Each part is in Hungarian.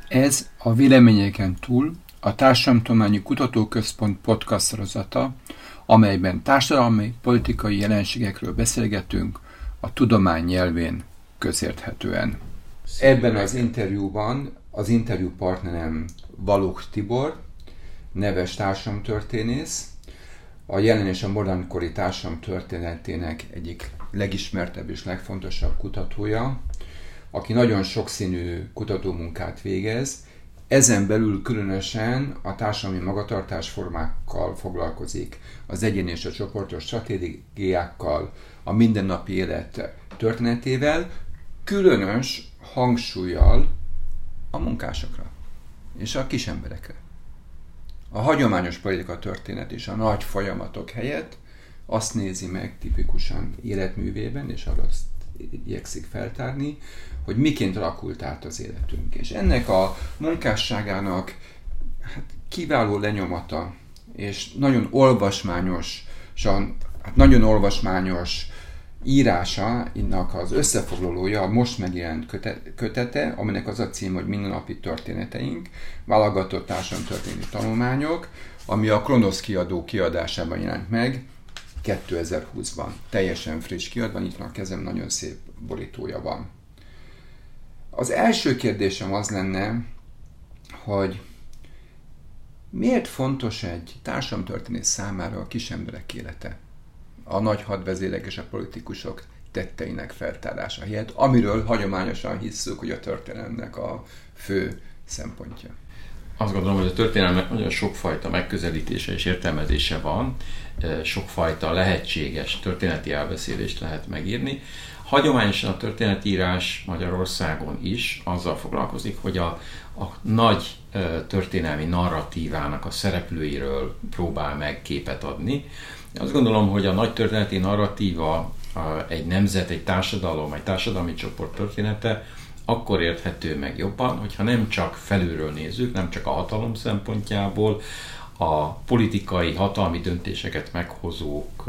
Ez a Véleményeken túl a Társadalomtudományi Kutatóközpont podcast sorozata, amelyben társadalmi, politikai jelenségekről beszélgetünk a tudomány nyelvén közérthetően. Ebben az interjúban az interjú partnerem Valók Tibor, neves társadalomtörténész, a jelen és a modernkori társadalom történetének egyik legismertebb és legfontosabb kutatója, aki nagyon sokszínű kutatómunkát végez, ezen belül különösen a társadalmi magatartásformákkal foglalkozik, az egyéni és a csoportos stratégiákkal, a mindennapi élet történetével, különös hangsúllyal a munkásokra és a kisemberekre. A hagyományos politika történet és a nagy folyamatok helyett azt nézi meg tipikusan életművében, és arra azt igyekszik feltárni, hogy miként alakult át az életünk. És ennek a munkásságának kiváló lenyomata, és nagyon olvasmányos írása, innak az összefoglalója, a most megjelent kötete, aminek az a cím, hogy Mindennapi történeteink, válogatott társadalomtörténeti tanulmányok, ami a Kronosz kiadó kiadásában jelent meg 2020-ban. Teljesen friss kiadva, itt van a kezem, nagyon szép borítója van. Az első kérdésem az lenne, hogy miért fontos egy társadalomtörténész számára a kisemberek élete? A nagy hadvezérek és a politikusok tetteinek feltárása helyett, amiről hagyományosan hisszük, hogy a történelemnek a fő szempontja. Azt gondolom, hogy a történelemnek nagyon sokfajta megközelítése és értelmezése van, sokfajta lehetséges történeti elbeszélést lehet megírni. Hagyományosan a történetírás Magyarországon is azzal foglalkozik, hogy a nagy történelmi narratívának a szereplőiről próbál meg képet adni. Azt gondolom, hogy a nagy történeti narratíva egy nemzet, egy társadalmi csoport története akkor érthető meg jobban, hogyha nem csak felülről nézzük, nem csak a hatalom szempontjából, a politikai, hatalmi döntéseket meghozók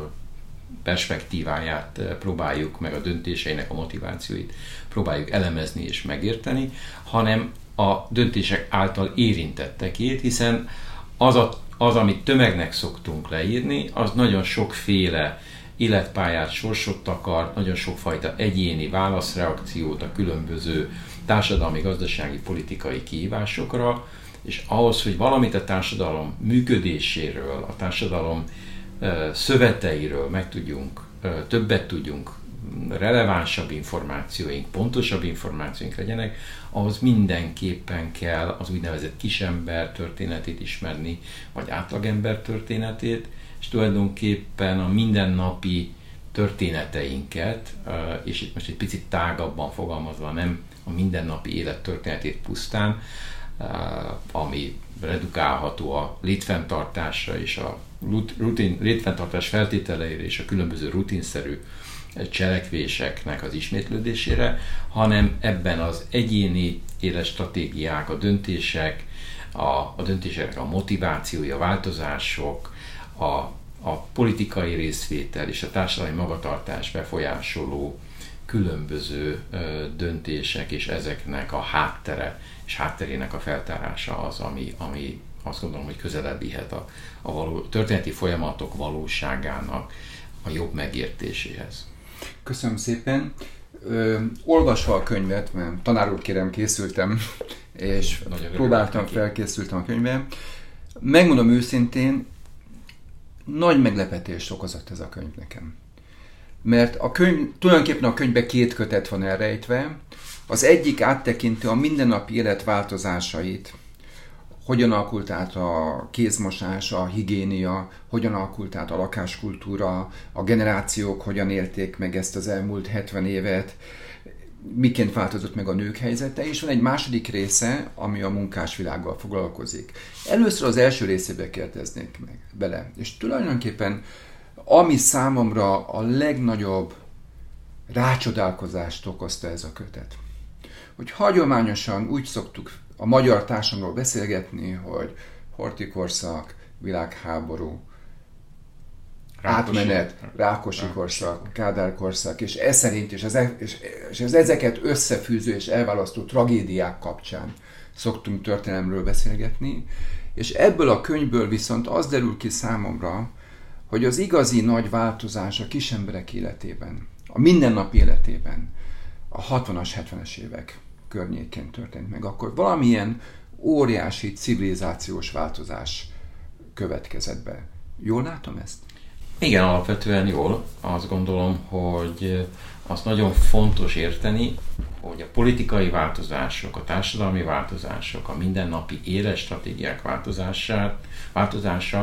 perspektíváját próbáljuk meg, a döntéseinek a motivációit próbáljuk elemezni és megérteni, hanem a döntések által érintettekét, hiszen az, amit tömegnek szoktunk leírni, az nagyon sokféle életpályát, sorsot takar, nagyon sokfajta egyéni válaszreakciót a különböző társadalmi, gazdasági, politikai kihívásokra, és ahhoz, hogy valamit a társadalom működéséről, a társadalom szöveteiről megtudjunk, többet tudjunk, relevánsabb információink, pontosabb információink legyenek, ahhoz mindenképpen kell az úgynevezett kisember történetét ismerni, vagy átlagember történetét, és tulajdonképpen a mindennapi történeteinket, és itt most egy picit tágabban fogalmazva, nem a mindennapi élet történetét pusztán, ami redukálható a létfenntartásra és a létfenntartás feltételeire és a különböző rutinszerű cselekvéseknek az ismétlődésére, hanem ebben az egyéni életstratégiák, a döntések, a döntéseknek a motivációja, a változások, a politikai részvétel és a társadalmi magatartás befolyásoló különböző döntések és ezeknek a háttere és hátterének a feltárása az, ami azt gondolom, hogy közelebb vihet a történeti folyamatok valóságának a jobb megértéséhez. Köszönöm szépen. Olvasva a könyvet, mert tanár úr kérem készültem, és felkészültem a könyvbe. Megmondom őszintén, nagy meglepetést okozott ez a könyv nekem. Mert tulajdonképpen a könyvben 2 kötet van elrejtve. Az egyik áttekintő a mindennapi élet változásait, hogyan alakult át a kézmosás, a higiénia, hogyan alakult át a lakáskultúra, a generációk hogyan élték meg ezt az elmúlt 70 évet, miként változott meg a nők helyzete, és van egy második része, ami a munkásvilággal foglalkozik. Először az első részébe kérdeznék meg bele, és tulajdonképpen ami számomra a legnagyobb rácsodálkozást okozta ez a kötet, hogy hagyományosan úgy szoktuk a magyar társadalomról beszélgetni, hogy horthy korszak, világháború, átmenet, Rákosi korszak, Kádár korszak, és ez szerint és az ezeket összefűző és elválasztó tragédiák kapcsán szoktunk történelemről beszélgetni, és ebből a könyvből viszont az derül ki számomra, hogy az igazi nagy változás a kisemberek életében, a mindennapi életében a 60-as, 70-es évek környékén történt meg. Akkor valamilyen óriási civilizációs változás következett be. Jól látom ezt? Igen, alapvetően jól. Azt gondolom, hogy azt nagyon fontos érteni, hogy a politikai változások, a társadalmi változások, a mindennapi életstratégiák változása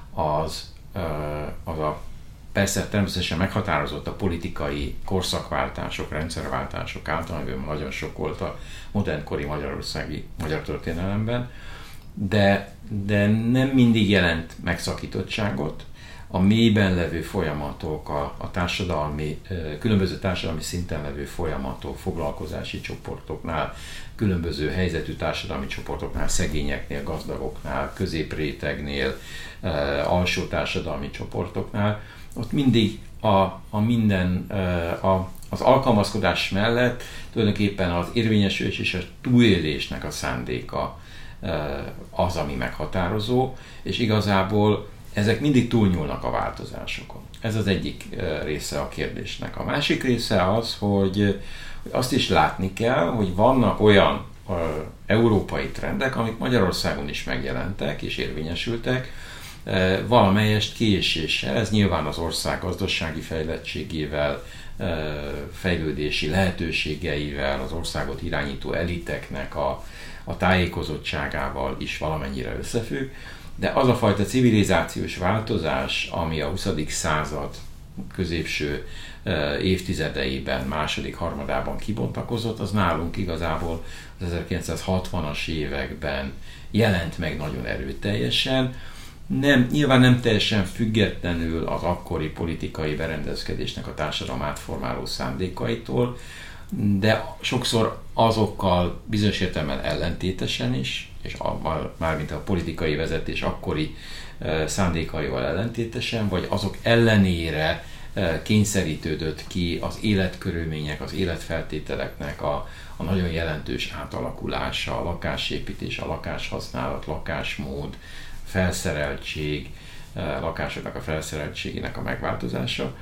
persze természetesen meghatározott a politikai korszakváltások, rendszerváltások által, amiben nagyon sok volt a modernkori magyar történelemben, de nem mindig jelent megszakítottságot. A mélyben levő folyamatok, a különböző társadalmi szinten levő folyamatok, foglalkozási csoportoknál, különböző helyzetű társadalmi csoportoknál, szegényeknél, gazdagoknál, középrétegnél, alsó társadalmi csoportoknál, ott mindig az alkalmazkodás mellett tulajdonképpen az érvényesülés és a túlélésnek a szándéka az, ami meghatározó, és igazából ezek mindig túlnyúlnak a változásokon. Ez az egyik része a kérdésnek. A másik része az, hogy azt is látni kell, hogy vannak olyan európai trendek, amik Magyarországon is megjelentek és érvényesültek, valamelyest késéssel. Ez nyilván az ország gazdasági fejlettségével, fejlődési lehetőségeivel, az országot irányító eliteknek a tájékozottságával is valamennyire összefügg. De az a fajta civilizációs változás, ami a 20. század középső évtizedeiben, második harmadában kibontakozott, az nálunk igazából az 1960-as években jelent meg nagyon erőteljesen. Nyilván nem teljesen függetlenül az akkori politikai berendezkedésnek a társadalom átformáló szándékaitól, de sokszor azokkal bizonyos értelemben ellentétesen is, és mármint a politikai vezetés akkori szándékaival ellentétesen, vagy azok ellenére kényszerítődött ki az életkörülmények, az életfeltételeknek a nagyon jelentős átalakulása, a lakásépítés, a lakáshasználat, lakásmód, felszereltség, lakásoknak a felszereltségének a megváltozása.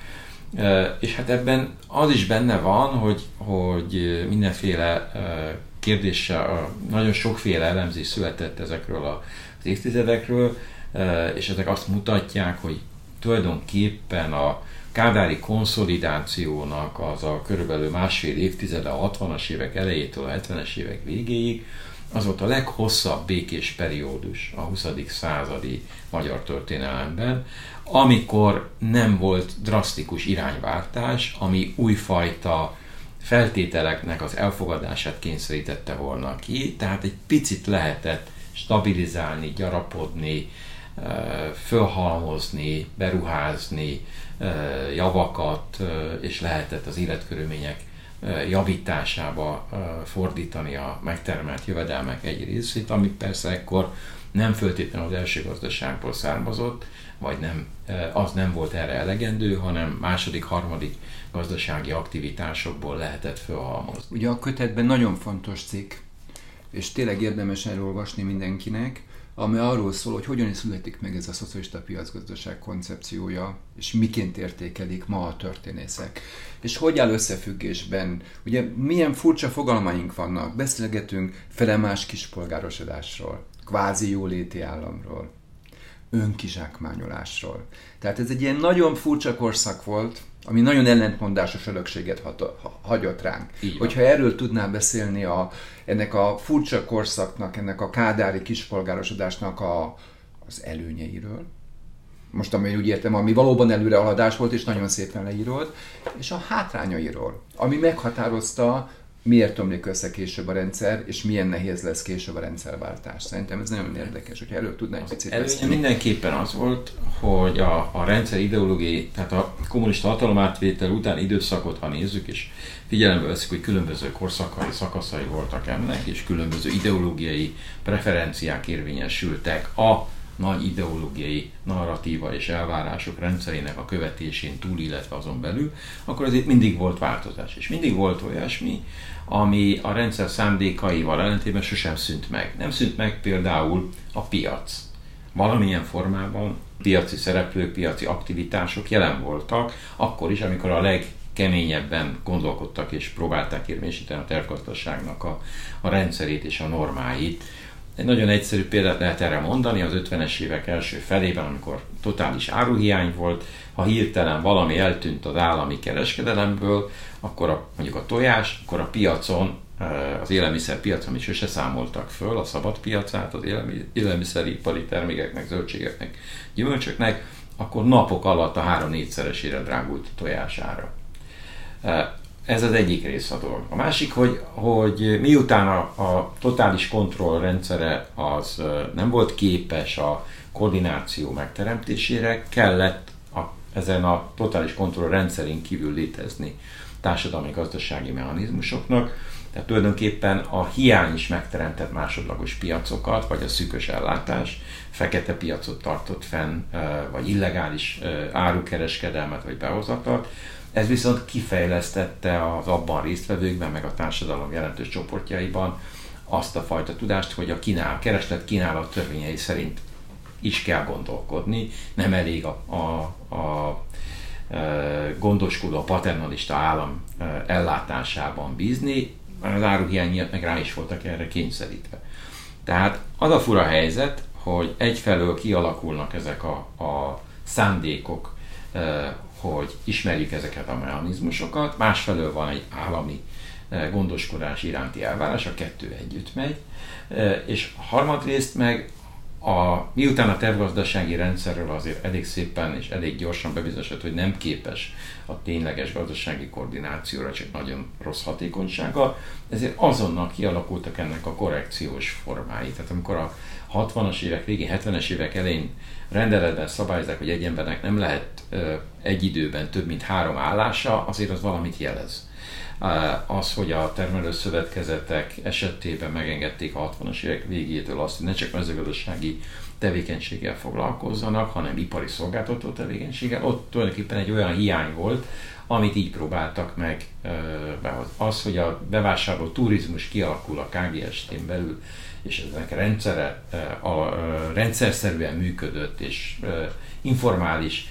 És hát ebben az is benne van, hogy mindenféle kérdéssel, nagyon sokféle elemzés született ezekről az évtizedekről, és ezek azt mutatják, hogy tulajdonképpen a kádári konszolidációnak az a körülbelül másfél évtizede, a 60-as évek elejétől a 70-es évek végéig, az volt a leghosszabb békés periódus a 20. századi magyar történelemben, amikor nem volt drasztikus irányváltás, ami újfajta feltételeknek az elfogadását kényszerítette volna ki, tehát egy picit lehetett stabilizálni, gyarapodni, fölhalmozni, beruházni javakat, és lehetett az életkörülmények javításába fordítani a megtermelt jövedelmek egy részét, ami persze ekkor nem feltétlenül az első gazdaságból származott, vagy az nem volt erre elegendő, hanem második, harmadik gazdasági aktivitásokból lehetett fölhalmozni. Ugye a kötetben nagyon fontos cikk, és tényleg érdemes elolvasni mindenkinek, ami arról szól, hogy hogyan is születik meg ez a szocialista piacgazdaság koncepciója, és miként értékelik ma a történészek. És hogy áll összefüggésben, ugye milyen furcsa fogalmaink vannak, beszélgetünk felemás kispolgárosodásról, kvázi jóléti államról, önkizsákmányolástól. Tehát ez egy ilyen nagyon furcsa korszak volt, ami nagyon ellentmondásos örökséget hagyott ránk. Hogyha erről tudnál beszélni ennek a furcsa korszaknak, ennek a kádári kispolgárosodásnak az előnyeiről, most ami úgy értem, ami valóban előrehaladás volt, és nagyon szépen leírod, és a hátrányairól, ami meghatározta, miért omlik össze később a rendszer, és milyen nehéz lesz később a rendszerváltás. Szerintem ez nagyon érdekes, hogyha előtt tudnál egy picit beszélni. Mindenképpen az volt, hogy a rendszer ideológiai, tehát a kommunista hatalomátvétel utáni időszakot, ha nézzük, és figyelembe veszik, hogy különböző korszakai, szakaszai voltak ennek, és különböző ideológiai preferenciák érvényesültek a nagy ideológiai narratíva és elvárások rendszerének a követésén túl, illetve azon belül, akkor azért mindig volt változás. És mindig volt olyasmi, ami a rendszer szándékaival ellentétben sosem szűnt meg. Nem szűnt meg például a piac. Valamilyen formában piaci szereplők, piaci aktivitások jelen voltak, akkor is, amikor a legkeményebben gondolkodtak és próbálták érvényesíteni a tervgazdaságnak a rendszerét és a normáit. Egy nagyon egyszerű példát lehet erre mondani, az 50-es évek első felében, amikor totális áruhiány volt, ha hirtelen valami eltűnt az állami kereskedelemből, akkor mondjuk a tojás, akkor a piacon, az élelmiszerpiacon, amit sose számoltak föl, a szabad piacát, az élelmiszeripari termékeknek, zöldségeknek, gyümölcsöknek, akkor napok alatt a 3-4-szeresére drágult a tojására. Ez az egyik rész a dolog. A másik, hogy miután a totális kontroll rendszere az nem volt képes a koordináció megteremtésére, kellett ezen a totális kontroll rendszerén kívül létezni társadalmi-gazdasági mechanizmusoknak. Tehát tulajdonképpen a hiány is megteremtett másodlagos piacokat, vagy a szűkös ellátás, fekete piacot tartott fenn, vagy illegális árukereskedelmet, vagy behozatalt. Ez viszont kifejlesztette az abban résztvevőkben, meg a társadalom jelentős csoportjaiban azt a fajta tudást, hogy a kereslet-kínálat törvényei szerint is kell gondolkodni, nem elég a gondoskodó, a paternalista állam ellátásában bízni, az áruhiány miatt meg rá is voltak erre kényszerítve. Tehát az a fura helyzet, hogy egyfelől kialakulnak ezek a szándékok, hogy ismerjük ezeket a mechanizmusokat, másfelől van egy állami gondoskodás iránti elvárás, a kettő együtt megy, és harmadrészt meg miután a tervgazdasági rendszerről azért elég szépen és elég gyorsan bebizonyosodott, hogy nem képes a tényleges gazdasági koordinációra, csak nagyon rossz hatékonysággal, ezért azonnal kialakultak ennek a korrekciós formái. Tehát amikor a 60-as évek végén, 70-es évek elején rendeletben szabályozzák, hogy egy embernek nem lehet egy időben több mint 3 állása, azért az valamit jelez. Az, hogy a termelőszövetkezetek esetében megengedték a 60-as évek végétől azt, hogy ne csak mezőgazdasági tevékenységgel foglalkozzanak, hanem ipari szolgáltató tevékenységgel, ott tulajdonképpen egy olyan hiány volt, amit így próbáltak meg behozni. Az, hogy a bevásárló turizmus kialakul a KGST-n belül, és ennek rendszerszerűen működött, és informális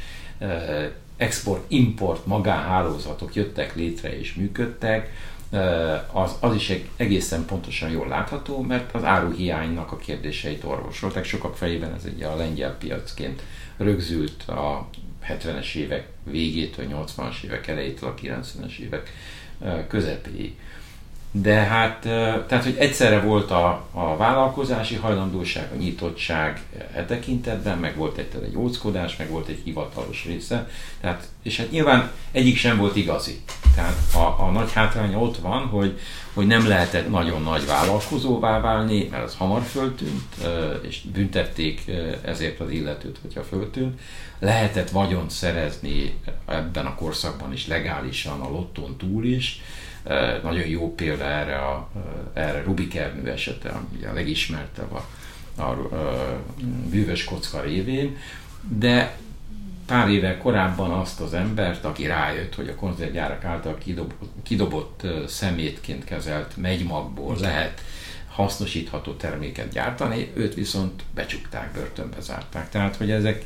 export-import magánhálózatok jöttek létre és működtek, az is egészen pontosan jól látható, mert az áruhiánynak a kérdéseit orvosolták. Sokak fejében ez egy a lengyel piacként rögzült a 70-es évek végétől, 80-as évek elejétől a 90-es évek közepéig. De hát, tehát, hogy egyszerre volt a vállalkozási hajlandóság, a nyitottság tekintetben, meg volt egy óckodás, meg volt egy hivatalos része, tehát, és hát nyilván egyik sem volt igazi. Tehát a nagy hátránya ott van, hogy nem lehetett nagyon nagy vállalkozóvá válni, mert az hamar föltűnt, és büntették ezért az illetőt, hogyha föltűnt. Lehetett vagyont szerezni ebben a korszakban is legálisan, a lottón túl is. Nagyon jó példa erre Rubik Ernő esete, ami a legismertebb a bűvös kocka révén, de pár évvel korábban azt az embert, aki rájött, hogy a konzervgyárak által kidobott szemétként kezelt megymagból lehet hasznosítható terméket gyártani, őt viszont becsukták, börtönbe zárták. Tehát, hogy ezek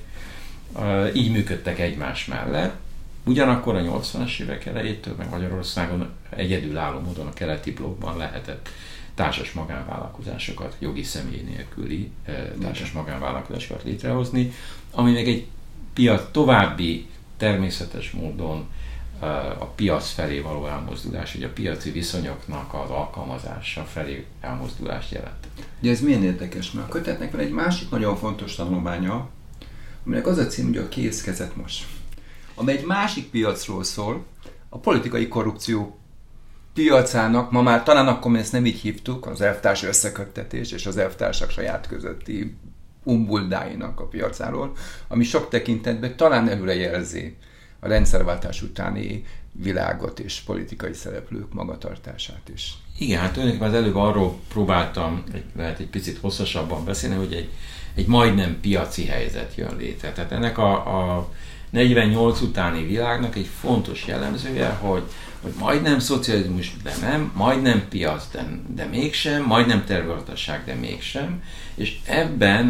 így működtek egymás mellett. Ugyanakkor a 80-as évek elejétől, meg Magyarországon egyedülálló módon a keleti blokkban lehetett társas magánvállalkozásokat, jogi személy nélküli társas magánvállalkozásokat létrehozni, ami meg egy további természetes módon a piac felé való elmozdulás, hogy a piaci viszonyoknak az alkalmazása felé elmozdulást jelent. Ugye ez milyen érdekes, mert a kötetnek van egy másik nagyon fontos tanulmánya, aminek az a cím, hogy a kézkezet most, amely egy másik piacról szól, a politikai korrupció piacának, ma már talán akkor mi ezt nem így hívtuk, az elvtárs összeköttetés és az elvtársak saját közötti umbuldáinak a piacáról, ami sok tekintetben talán előrejelzi a rendszerváltás utáni világot és politikai szereplők magatartását is. Igen, hát tulajdonképpen az előbb arról próbáltam, lehet egy picit hosszasabban beszélni, hogy egy majdnem piaci helyzet jön létre. Tehát ennek a 48 utáni világnak egy fontos jellemzője, hogy majdnem szocializmus, de nem, majdnem piac, de mégsem, majdnem tervgazdaság, de mégsem, és ebben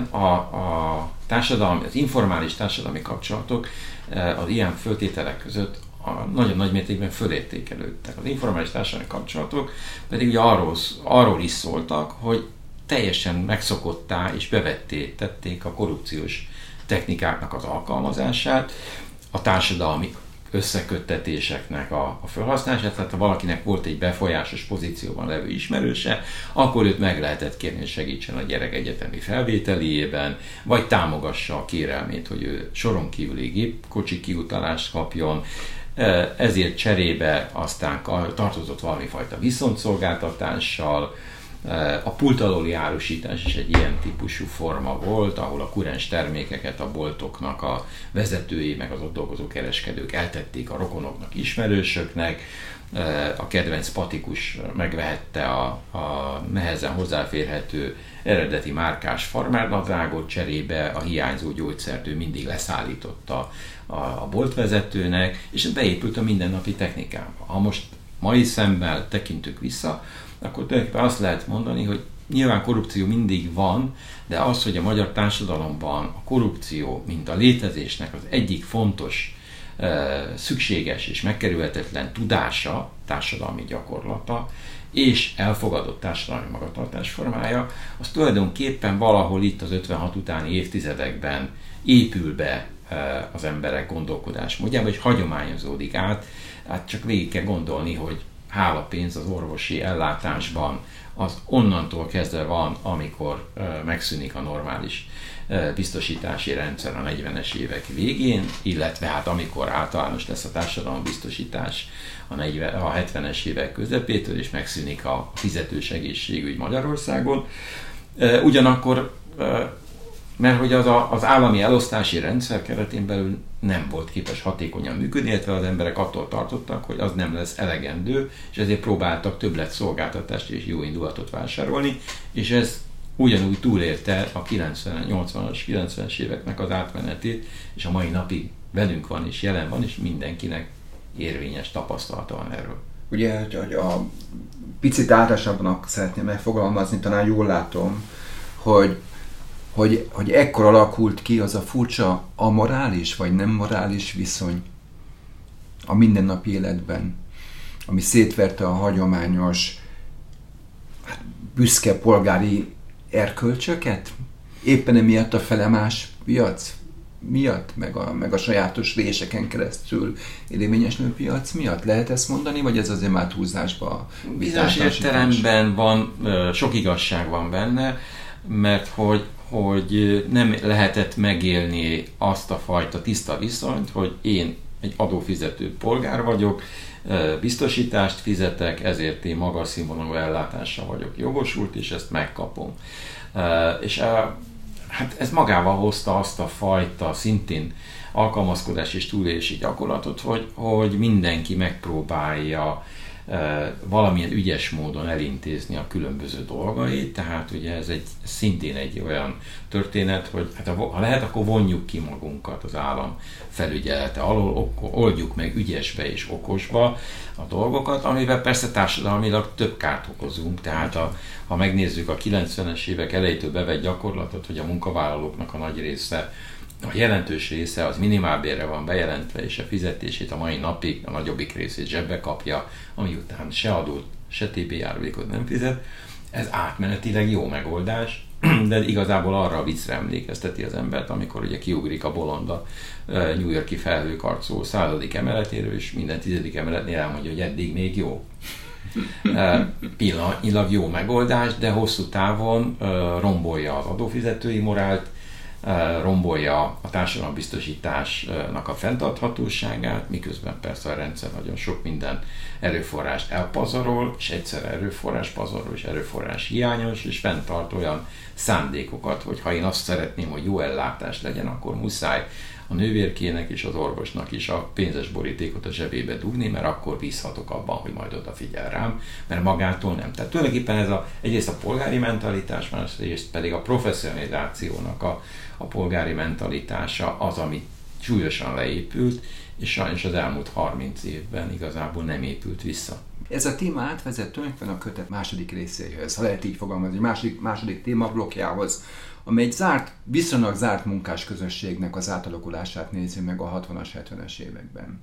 a társadalmi, az informális társadalmi kapcsolatok az ilyen föltételek között nagyon nagy mértékben fölértékelődtek. Az informális társadalmi kapcsolatok pedig ugye arról is szóltak, hogy teljesen megszokottá és tették a korrupciós technikáknak az alkalmazását, a társadalmi összeköttetéseknek a felhasználását, tehát ha valakinek volt egy befolyásos pozícióban levő ismerőse, akkor őt meg lehetett kérni, hogy segítsen a gyerek egyetemi felvételéjében, vagy támogassa a kérelmét, hogy ő soron kívüli gépkocsi kiutalást kapjon, ezért cserébe aztán tartozott valamifajta viszontszolgáltatással. A pult alóli árusítás is egy ilyen típusú forma volt, ahol a kurens termékeket a boltoknak a vezetői, meg az ott dolgozó kereskedők eltették a rokonoknak, ismerősöknek, a kedvenc patikus megvehette a nehezen hozzáférhető eredeti márkás farmárnadrágot, cserébe a hiányzó gyógyszert ő mindig leszállította a boltvezetőnek, és ez beépült a mindennapi technikába. Ha most mai szemmel tekintünk vissza, akkor tulajdonképpen azt lehet mondani, hogy nyilván korrupció mindig van, de az, hogy a magyar társadalomban a korrupció, mint a létezésnek az egyik fontos, szükséges és megkerülhetetlen tudása, társadalmi gyakorlata, és elfogadott társadalmi magatartás formája, az tulajdonképpen valahol itt az 56 utáni évtizedekben épül be az emberek gondolkodásmódjába, és hagyományozódik át. Hát csak végig kell gondolni, hogy hálapénz az orvosi ellátásban az onnantól kezdve van, amikor megszűnik a normális biztosítási rendszer a 40-es évek végén, illetve hát amikor általános lesz a társadalombiztosítás a 70-es évek közepétől, és megszűnik a fizetős egészségügy Magyarországon. Ugyanakkor, mert hogy az állami elosztási rendszer keretén belül nem volt képes hatékonyan működni, illetve az emberek attól tartottak, hogy az nem lesz elegendő, és ezért próbáltak többlet szolgáltatást és jó indulatot vásárolni, és ez ugyanúgy túlélte a 80-as, 90-es éveknek az átmenetét, és a mai napig velünk van és jelen van, és mindenkinek érvényes tapasztalata van erről. Ugye, hogy a picit általánosabban szeretném megfogalmazni, talán jól látom, hogy ekkor alakult ki az a furcsa amorális vagy nem morális viszony a mindennapi életben, ami szétverte a hagyományos, büszke polgári erkölcsöket, éppen emiatt a felemás piac miatt, meg a sajátos réseken keresztül érvényesülő piac miatt? Lehet ezt mondani, vagy ez azért már túlzásba? Bizonyos értelemben van, sok igazság van benne, mert hogy nem lehetett megélni azt a fajta tiszta viszonyt, hogy én egy adófizető polgár vagyok, biztosítást fizetek, ezért én magas színvonalú ellátással vagyok jogosult, és ezt megkapom. És hát ez magával hozta azt a fajta szintén alkalmazkodás és túlélési gyakorlatot, hogy mindenki megpróbálja valamilyen ügyes módon elintézni a különböző dolgait, tehát ugye ez szintén egy olyan történet, hogy hát ha lehet, akkor vonjuk ki magunkat az állam felügyelete alól, oldjuk meg ügyesbe és okosba a dolgokat, amivel persze társadalmilag több kárt okozunk, tehát ha megnézzük a 90-es évek elejétől bevett gyakorlatot, hogy a munkavállalóknak a nagy része, a jelentős része az minimálbérre van bejelentve, és a fizetését a mai napig a nagyobbik részét zsebbe kapja, ami után se adót, se TB járulékot nem fizet. Ez átmenetileg jó megoldás, de igazából arra a viccre emlékezteti az embert, amikor ugye kiugrik a bolond a New York-i felhőkarcoló 100. emeletéről, és minden 10. emeletnél elmondja, hogy eddig még jó. Pillanatnyilag jó megoldás, de hosszú távon rombolja az adófizetői morált, rombolja a társadalombiztosításnak a fenntarthatóságát, miközben persze a rendszer nagyon sok minden erőforrást elpazarol, és egyszerre erőforrás pazarol, és erőforrás hiányos, és fenntart olyan szándékokat, hogy ha én azt szeretném, hogy jó ellátás legyen, akkor muszáj a nővérkének és az orvosnak is a pénzes borítékot a zsebébe dugni, mert akkor bízhatok abban, hogy majd odafigyel rám, mert magától nem. Tehát tulajdonképpen ez egyrészt a polgári mentalitás, másrészt pedig a professzionalizációnak a polgári mentalitása az, ami súlyosan leépült, és sajnos az elmúlt 30 évben igazából nem épült vissza. Ez a téma átvezet tulajdonképpen a kötet második részéhez, ha lehet így fogalmazni, második témablokkjához, amely egy viszonylag zárt munkás közösségnek az átalakulását nézi meg a 60-as, 70-es években.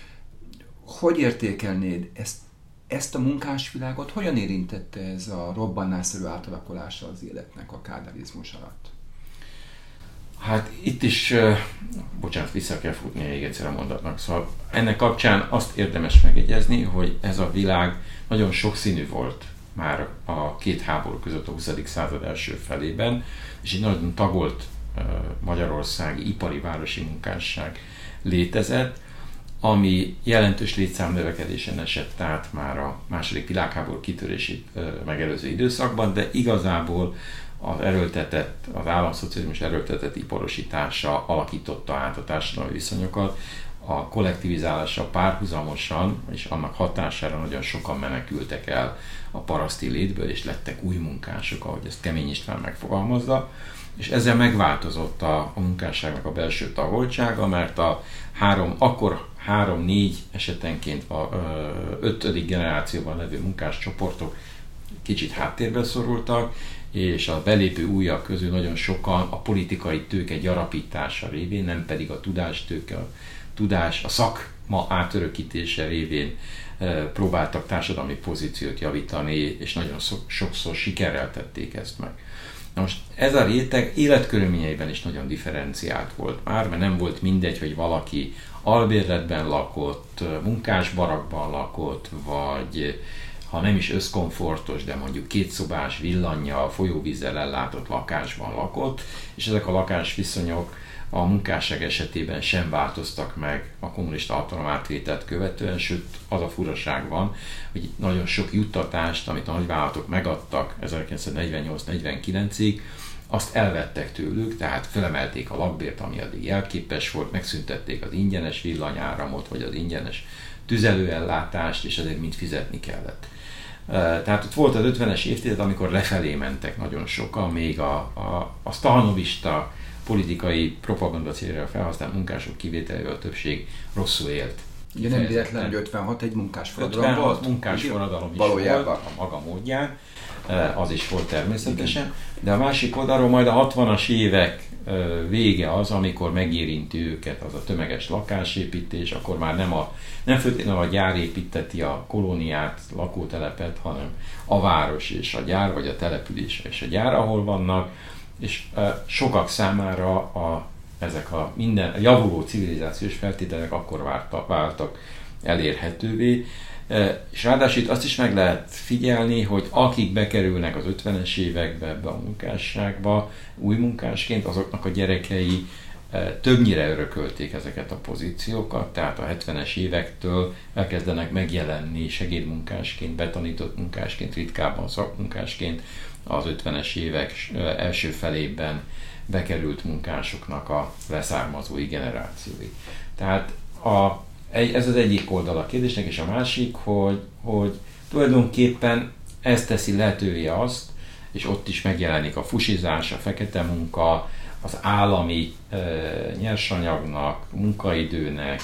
Hogy értékelnéd ezt a munkásvilágot, hogyan érintette ez a robbanásszerű átalakulása az életnek a kádárizmus alatt? Hát itt is, bocsánat, vissza kell futni még egyszer a mondatnak, szóval ennek kapcsán azt érdemes megjegyezni, hogy ez a világ nagyon sokszínű volt már a két háború között a 20. század első felében, és egy nagyon tagolt magyarországi ipari városi munkásság létezett, ami jelentős létszámnövekedésen esett át már a második világháború kitörését megelőző időszakban, de igazából az államszocializmus erőltetett iparosítása alakította át a társadalmi viszonyokat, a kollektivizálással párhuzamosan, és annak hatására nagyon sokan menekültek el a paraszti létből, és lettek új munkások, ahogy ezt Kemény István megfogalmazza, és ezzel megváltozott a munkásságnak a belső tagoltsága, mert akkor 3-4 esetenként a 5. generációban levő munkáscsoportok kicsit háttérbe szorultak, és a belépő újak közül nagyon sokan a politikai tőke gyarapítása révén, nem pedig a tudástőke, a szakma átörökítése révén próbáltak társadalmi pozíciót javítani, és nagyon sokszor sikerrel tették ezt meg. Na most ez a réteg életkörülményeiben is nagyon differenciált volt már, mert nem volt mindegy, hogy valaki albérletben lakott, munkásbarakban lakott, vagy ha nem is összkomfortos, de mondjuk 2 szobás villannyal, folyóvízzel ellátott lakásban lakott, és ezek a lakásviszonyok a munkásság esetében sem változtak meg a kommunista hatalom átvételt követően, sőt az a furaság van, hogy nagyon sok juttatást, amit a nagyvállalatok megadtak 1948-49-ig, azt elvettek tőlük, tehát felemelték a lakbért, ami addig jelképes volt, megszüntették az ingyenes villanyáramot, vagy az ingyenes tüzelőellátást, és ezért mind fizetni kellett. Tehát ott volt az 50-es évtized, amikor lefelé mentek nagyon sokan, még a stahanovista politikai propaganda célra felhasznált munkások kivételével a többség rosszul élt. Ugye nem véletlen, hogy 56 egy munkásforradalom volt? Munkásforradalom is volt a maga módján, az is volt természetesen, de a másik oldalról majd a 60-as évek vége az, amikor megérinti őket az a tömeges lakásépítés, akkor már nem feltétlenül a gyár építeti a kolóniát, lakótelepet, hanem a város és a gyár, vagy a település és a gyár, ahol vannak, és sokak számára ezek a javuló civilizációs feltételek akkor váltak elérhetővé, és ráadásul itt azt is meg lehet figyelni, hogy akik bekerülnek az 50-es évekbe ebbe a munkásságba új munkásként, azoknak a gyerekei többnyire örökölték ezeket a pozíciókat, tehát a 70-es évektől elkezdenek megjelenni segédmunkásként, betanított munkásként, ritkábban szakmunkásként az 50-es évek első felében bekerült munkásoknak a leszármazói generációi. Tehát ez az egyik oldala a kérdésnek, és a másik, hogy tulajdonképpen ez teszi lehetővé azt, és ott is megjelenik a fusizás, a fekete munka, az állami nyersanyagnak, munkaidőnek,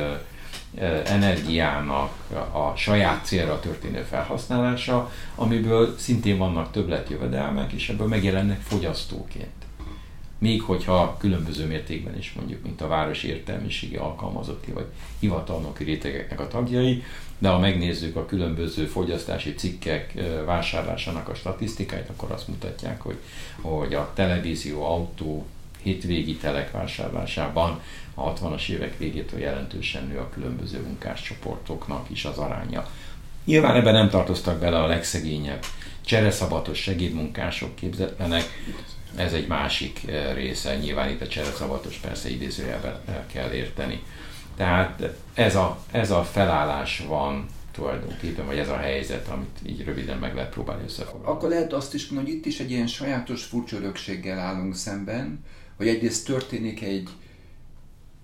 energiának a saját célra történő felhasználása, amiből szintén vannak többletjövedelmek, és ebből megjelennek fogyasztóként. Még hogyha különböző mértékben is mondjuk, mint a városi értelmiségi alkalmazotti vagy hivatalnoki rétegeknek a tagjai, de ha megnézzük a különböző fogyasztási cikkek vásárlásának a statisztikáit, akkor azt mutatják, hogy a televízió, autó, hétvégi telek vásárlásában a 60-as évek végétől jelentősen nő a különböző munkáscsoportoknak is az aránya. Nyilván ebben nem tartoztak bele a legszegényebb csereszabatos segédmunkások, képzetlenek, ez egy másik része, nyilván itt a csereszabatos persze idézőjelben kell érteni. Tehát ez a felállás van tulajdonképpen, vagy ez a helyzet, amit így röviden meg lehet próbálni összefoglalni. Akkor lehet azt is mondani, hogy itt is egy ilyen sajátos furcsa örökséggel állunk szemben, hogy egyrészt történik egy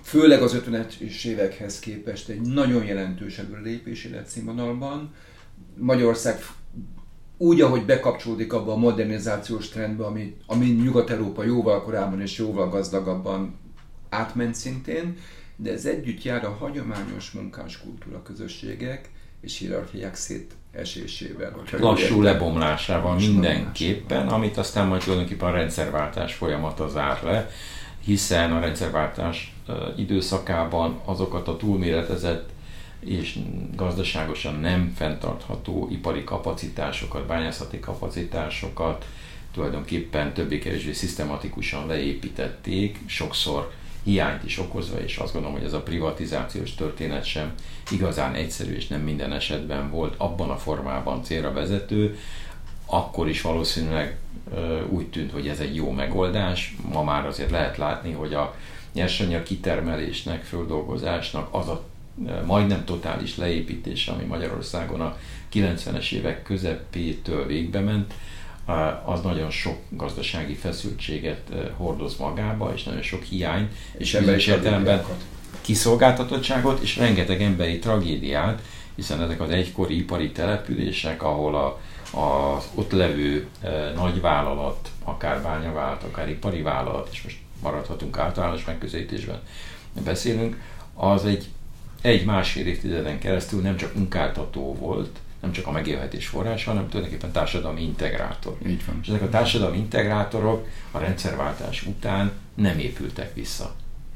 főleg az 50-es évekhez képest egy nagyon jelentős előrelépés életszínvonalban. Magyarország úgy, ahogy bekapcsolódik abba a modernizációs trendbe, ami Nyugat-Európa jóval korábban és jóval gazdagabban átment szintén, de ez együtt jár a hagyományos munkáskultúra közösségek és hierarchiák szétesésével. Lassú lebomlásával mindenképpen, amit aztán majd tulajdonképpen a rendszerváltás folyamata zár le, hiszen a rendszerváltás időszakában azokat a túlméretezett és gazdaságosan nem fenntartható ipari kapacitásokat, bányászati kapacitásokat tulajdonképpen többé-kevésbé szisztematikusan leépítették, sokszor hiányt is okozva, és azt gondolom, hogy ez a privatizációs történet sem igazán egyszerű, és nem minden esetben volt abban a formában célra vezető. Akkor is valószínűleg úgy tűnt, hogy ez egy jó megoldás. Ma már azért lehet látni, hogy a nyersanyag kitermelésnek, földolgozásnak az a majdnem totális leépítése, ami Magyarországon a 90-es évek közepétől végbe ment, az nagyon sok gazdasági feszültséget hordoz magába, és nagyon sok hiány, és bizonyos értelemben kiszolgáltatottságot, és rengeteg emberi tragédiát, hiszen ezek az egykori ipari települések, ahol az ott levő nagyvállalat, akár bányavállalat, akár ipari vállalat, és most maradhatunk általános megközelítésben beszélünk, az egy másfél évtizeden keresztül nem csak munkáltató volt, nem csak a megélhetés forrása, hanem tulajdonképpen társadalmi integrátor. Így van. És ezek a társadalmi integrátorok a rendszerváltás után nem épültek vissza.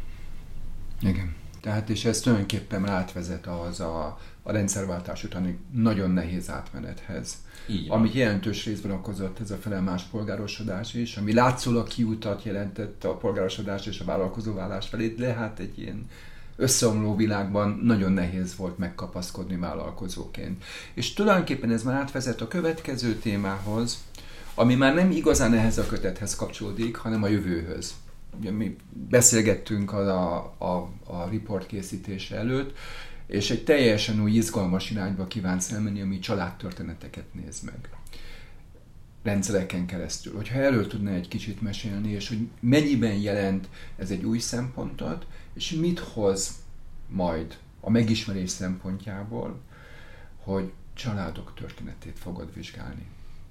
Igen. Tehát és ez tulajdonképpen átvezet az a rendszerváltás utáni nagyon nehéz átmenethez. Amit jelentős részben okozott ez a felemás polgárosodás is, ami látszólag kiutat jelentett a polgárosodás és a vállalkozóválás felé, de hát egy ilyen összeomló világban nagyon nehéz volt megkapaszkodni vállalkozóként. És tulajdonképpen ez már átvezet a következő témához, ami már nem igazán ehhez a kötethez kapcsolódik, hanem a jövőhöz. Ugye mi beszélgettünk a riport készítése előtt, és egy teljesen új, izgalmas irányba kívánsz elmenni, ami családtörténeteket néz meg. Rendszereken keresztül. Hogyha erről tudna egy kicsit mesélni, és hogy mennyiben jelent ez egy új szempontot, és mit hoz majd a megismerés szempontjából, hogy családok történetét fogod vizsgálni.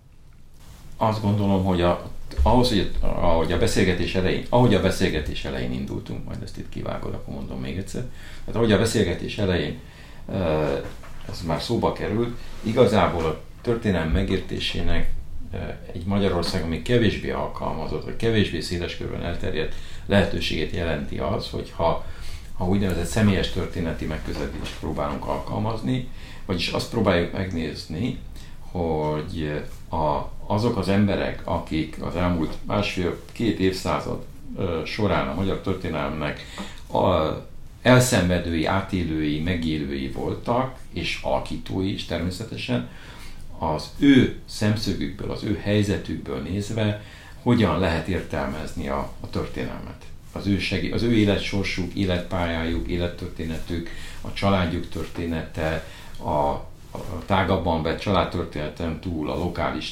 Azt gondolom, hogy ahogy a beszélgetés elején indultunk, majd ezt itt kivágod, akkor mondom még egyszer, tehát ahogy a beszélgetés elején ez már szóba került, igazából a történelem megértésének egy Magyarországon még kevésbé alkalmazott, vagy kevésbé széles körben elterjedt lehetőségét jelenti az, hogy ha úgynevezett személyes történeti megközelítést próbálunk alkalmazni, vagyis azt próbáljuk megnézni, hogy azok az emberek, akik az elmúlt másfél-két évszázad során a magyar történelemnek elszenvedői, átélői, megélői voltak, és alakítói is természetesen, az ő szemszögükből, az ő helyzetükből nézve hogyan lehet értelmezni a történelmet. Az ő életsorsuk, életpályájuk, élettörténetük, a családjuk története, a tágabban vett családtörténeten túl a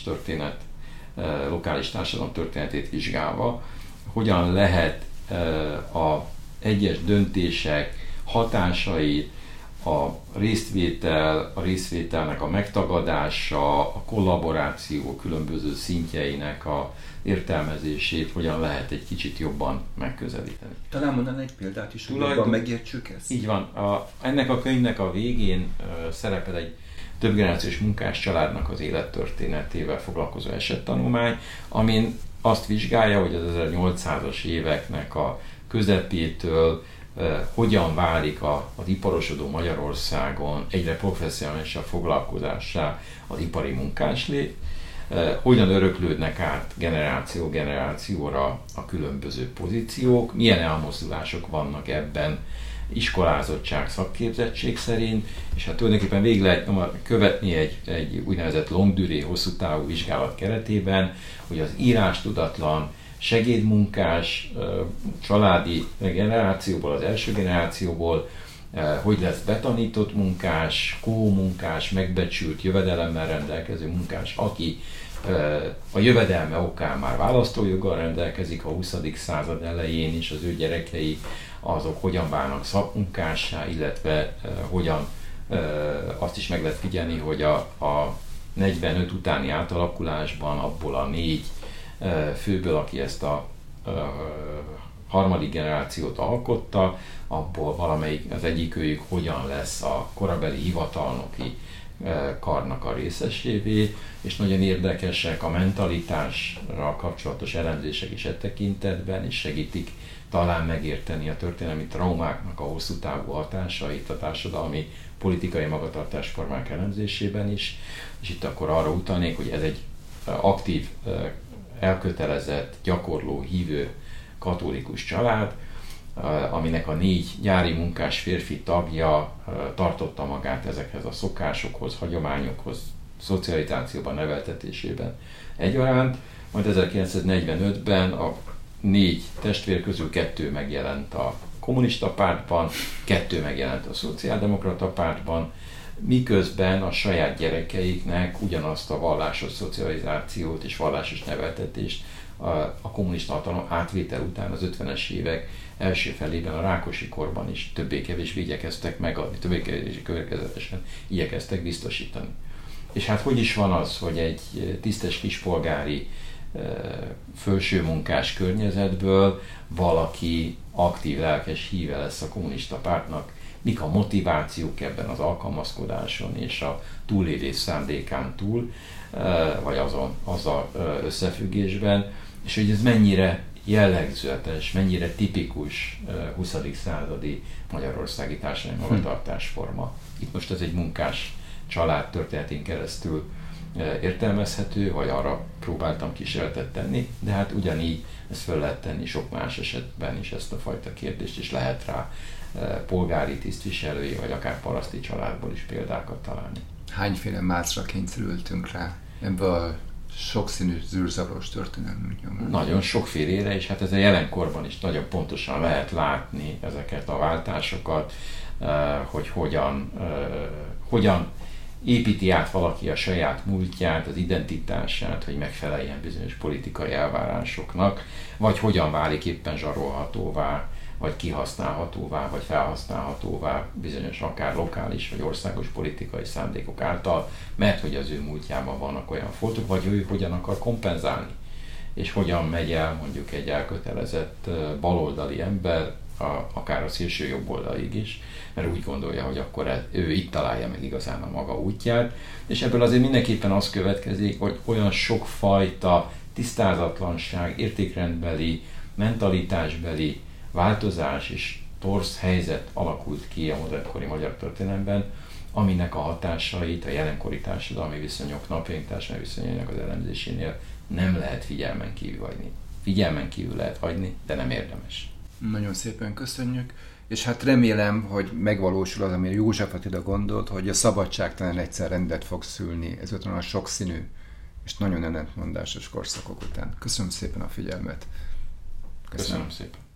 lokális társadalom történetét vizsgálva, hogyan lehet a egyes döntések hatásait, a részvételnek a megtagadása, a kollaboráció különböző szintjeinek a értelmezését hogyan lehet egy kicsit jobban megközelíteni. Talán mondaná egy példát is, hogy jobban megértsük ezt? Így van. Ennek a könyvnek a végén szerepel egy többgenerációs munkás családnak az élettörténetével foglalkozó esettanulmány, amin azt vizsgálja, hogy az 1800-as éveknek a közepétől hogyan válik az iparosodó Magyarországon egyre professzionálisabb foglalkozássá az ipari munkáslét, hogyan öröklődnek át generációra a különböző pozíciók, milyen elmozdulások vannak ebben iskolázottság, szakképzettség szerint, és hát tulajdonképpen végig lehet követni egy úgynevezett long durée, hosszú távú vizsgálat keretében, hogy az írástudatlan segédmunkás, családi generációból, az első generációból, hogy lesz betanított munkás, kómunkás, megbecsült jövedelemmel rendelkező munkás, aki a jövedelme okán már választójoggal rendelkezik a 20. század elején is, az ő gyerekei azok hogyan válnak szakmunkássá, illetve hogyan azt is meg lehet figyelni, hogy a 45 utáni átalakulásban abból a 4 főből, aki ezt a harmadik generációt alkotta, abból valamelyik, az egyikőjük hogyan lesz a korabeli hivatalnoki karnak a részesévé, és nagyon érdekesek a mentalitásra kapcsolatos elemzések is e tekintetben, és segítik talán megérteni a történelmi traumáknak a hosszú távú hatásait a társadalmi politikai magatartásformák elemzésében is, és itt akkor arra utalnék, hogy ez egy aktív, elkötelezett, gyakorló, hívő katolikus család, aminek a 4 gyári munkás férfi tagja tartotta magát ezekhez a szokásokhoz, hagyományokhoz, szocializációban, neveltetésében egyaránt. Majd 1945-ben a 4 testvér közül 2 megjelent a kommunista pártban, 2 megjelent a szociáldemokrata pártban, miközben a saját gyerekeiknek ugyanazt a vallásos szocializációt és vallásos neveltetést a kommunista hatalom átvétel után az 50-es évek első felében a Rákosi korban is többé-kevésbé igyekeztek megadni, többé-kevésbé következetesen igyekeztek biztosítani. És hát hogy is van az, hogy egy tisztes kispolgári felső munkás környezetből valaki aktív, lelkes híve lesz a kommunista pártnak, mik a motivációk ebben az alkalmazkodáson és a túlélés szándékán túl, vagy azzal összefüggésben, és hogy ez mennyire jellegzetes, mennyire tipikus 20. századi magyarországi társadalmi magatartásforma. Itt most ez egy munkás család történetén keresztül értelmezhető, vagy arra próbáltam kísérletet tenni, de hát ugyanígy ezt föl lehet tenni sok más esetben is ezt a fajta kérdést, és lehet rá polgári tisztviselői, vagy akár paraszti családból is példákat találni. Hányféle mászra kényszerültünk rá ebből a sokszínű zűrzavaros történelmünk nyomán? Nagyon sokfélére, és hát ez a jelenkorban is nagyon pontosan lehet látni ezeket a váltásokat, hogy hogyan építi át valaki a saját múltját, az identitását, hogy megfeleljen bizonyos politikai elvárásoknak, vagy hogyan válik éppen zsarolhatóvá, vagy kihasználhatóvá, vagy felhasználhatóvá bizonyos akár lokális, vagy országos politikai szándékok által, mert hogy az ő múltjában vannak olyan foltok, vagy ő hogyan akar kompenzálni, és hogyan megy el mondjuk egy elkötelezett baloldali ember, akár a szélső jobboldalig is, mert úgy gondolja, hogy akkor ő itt találja meg igazán a maga útját, és ebből azért mindenképpen az következik, hogy olyan sokfajta tisztázatlanság, értékrendbeli, mentalitásbeli változás és torz helyzet alakult ki a modernkori magyar történelemben, aminek a hatásait a jelenkori társadalmi viszonyok, napjaink társadalmi viszonyainak az elemzésénél nem lehet figyelmen kívül hagyni. Figyelmen kívül lehet hagyni, de nem érdemes. Nagyon szépen köszönjük, és hát remélem, hogy megvalósul az, amire József Attila gondolt, hogy a szabadság talán egyszer rendet fog szülni ezután a sokszínű és nagyon ellentmondásos korszakok után. Köszönöm szépen a figyelmet. Köszönöm szépen.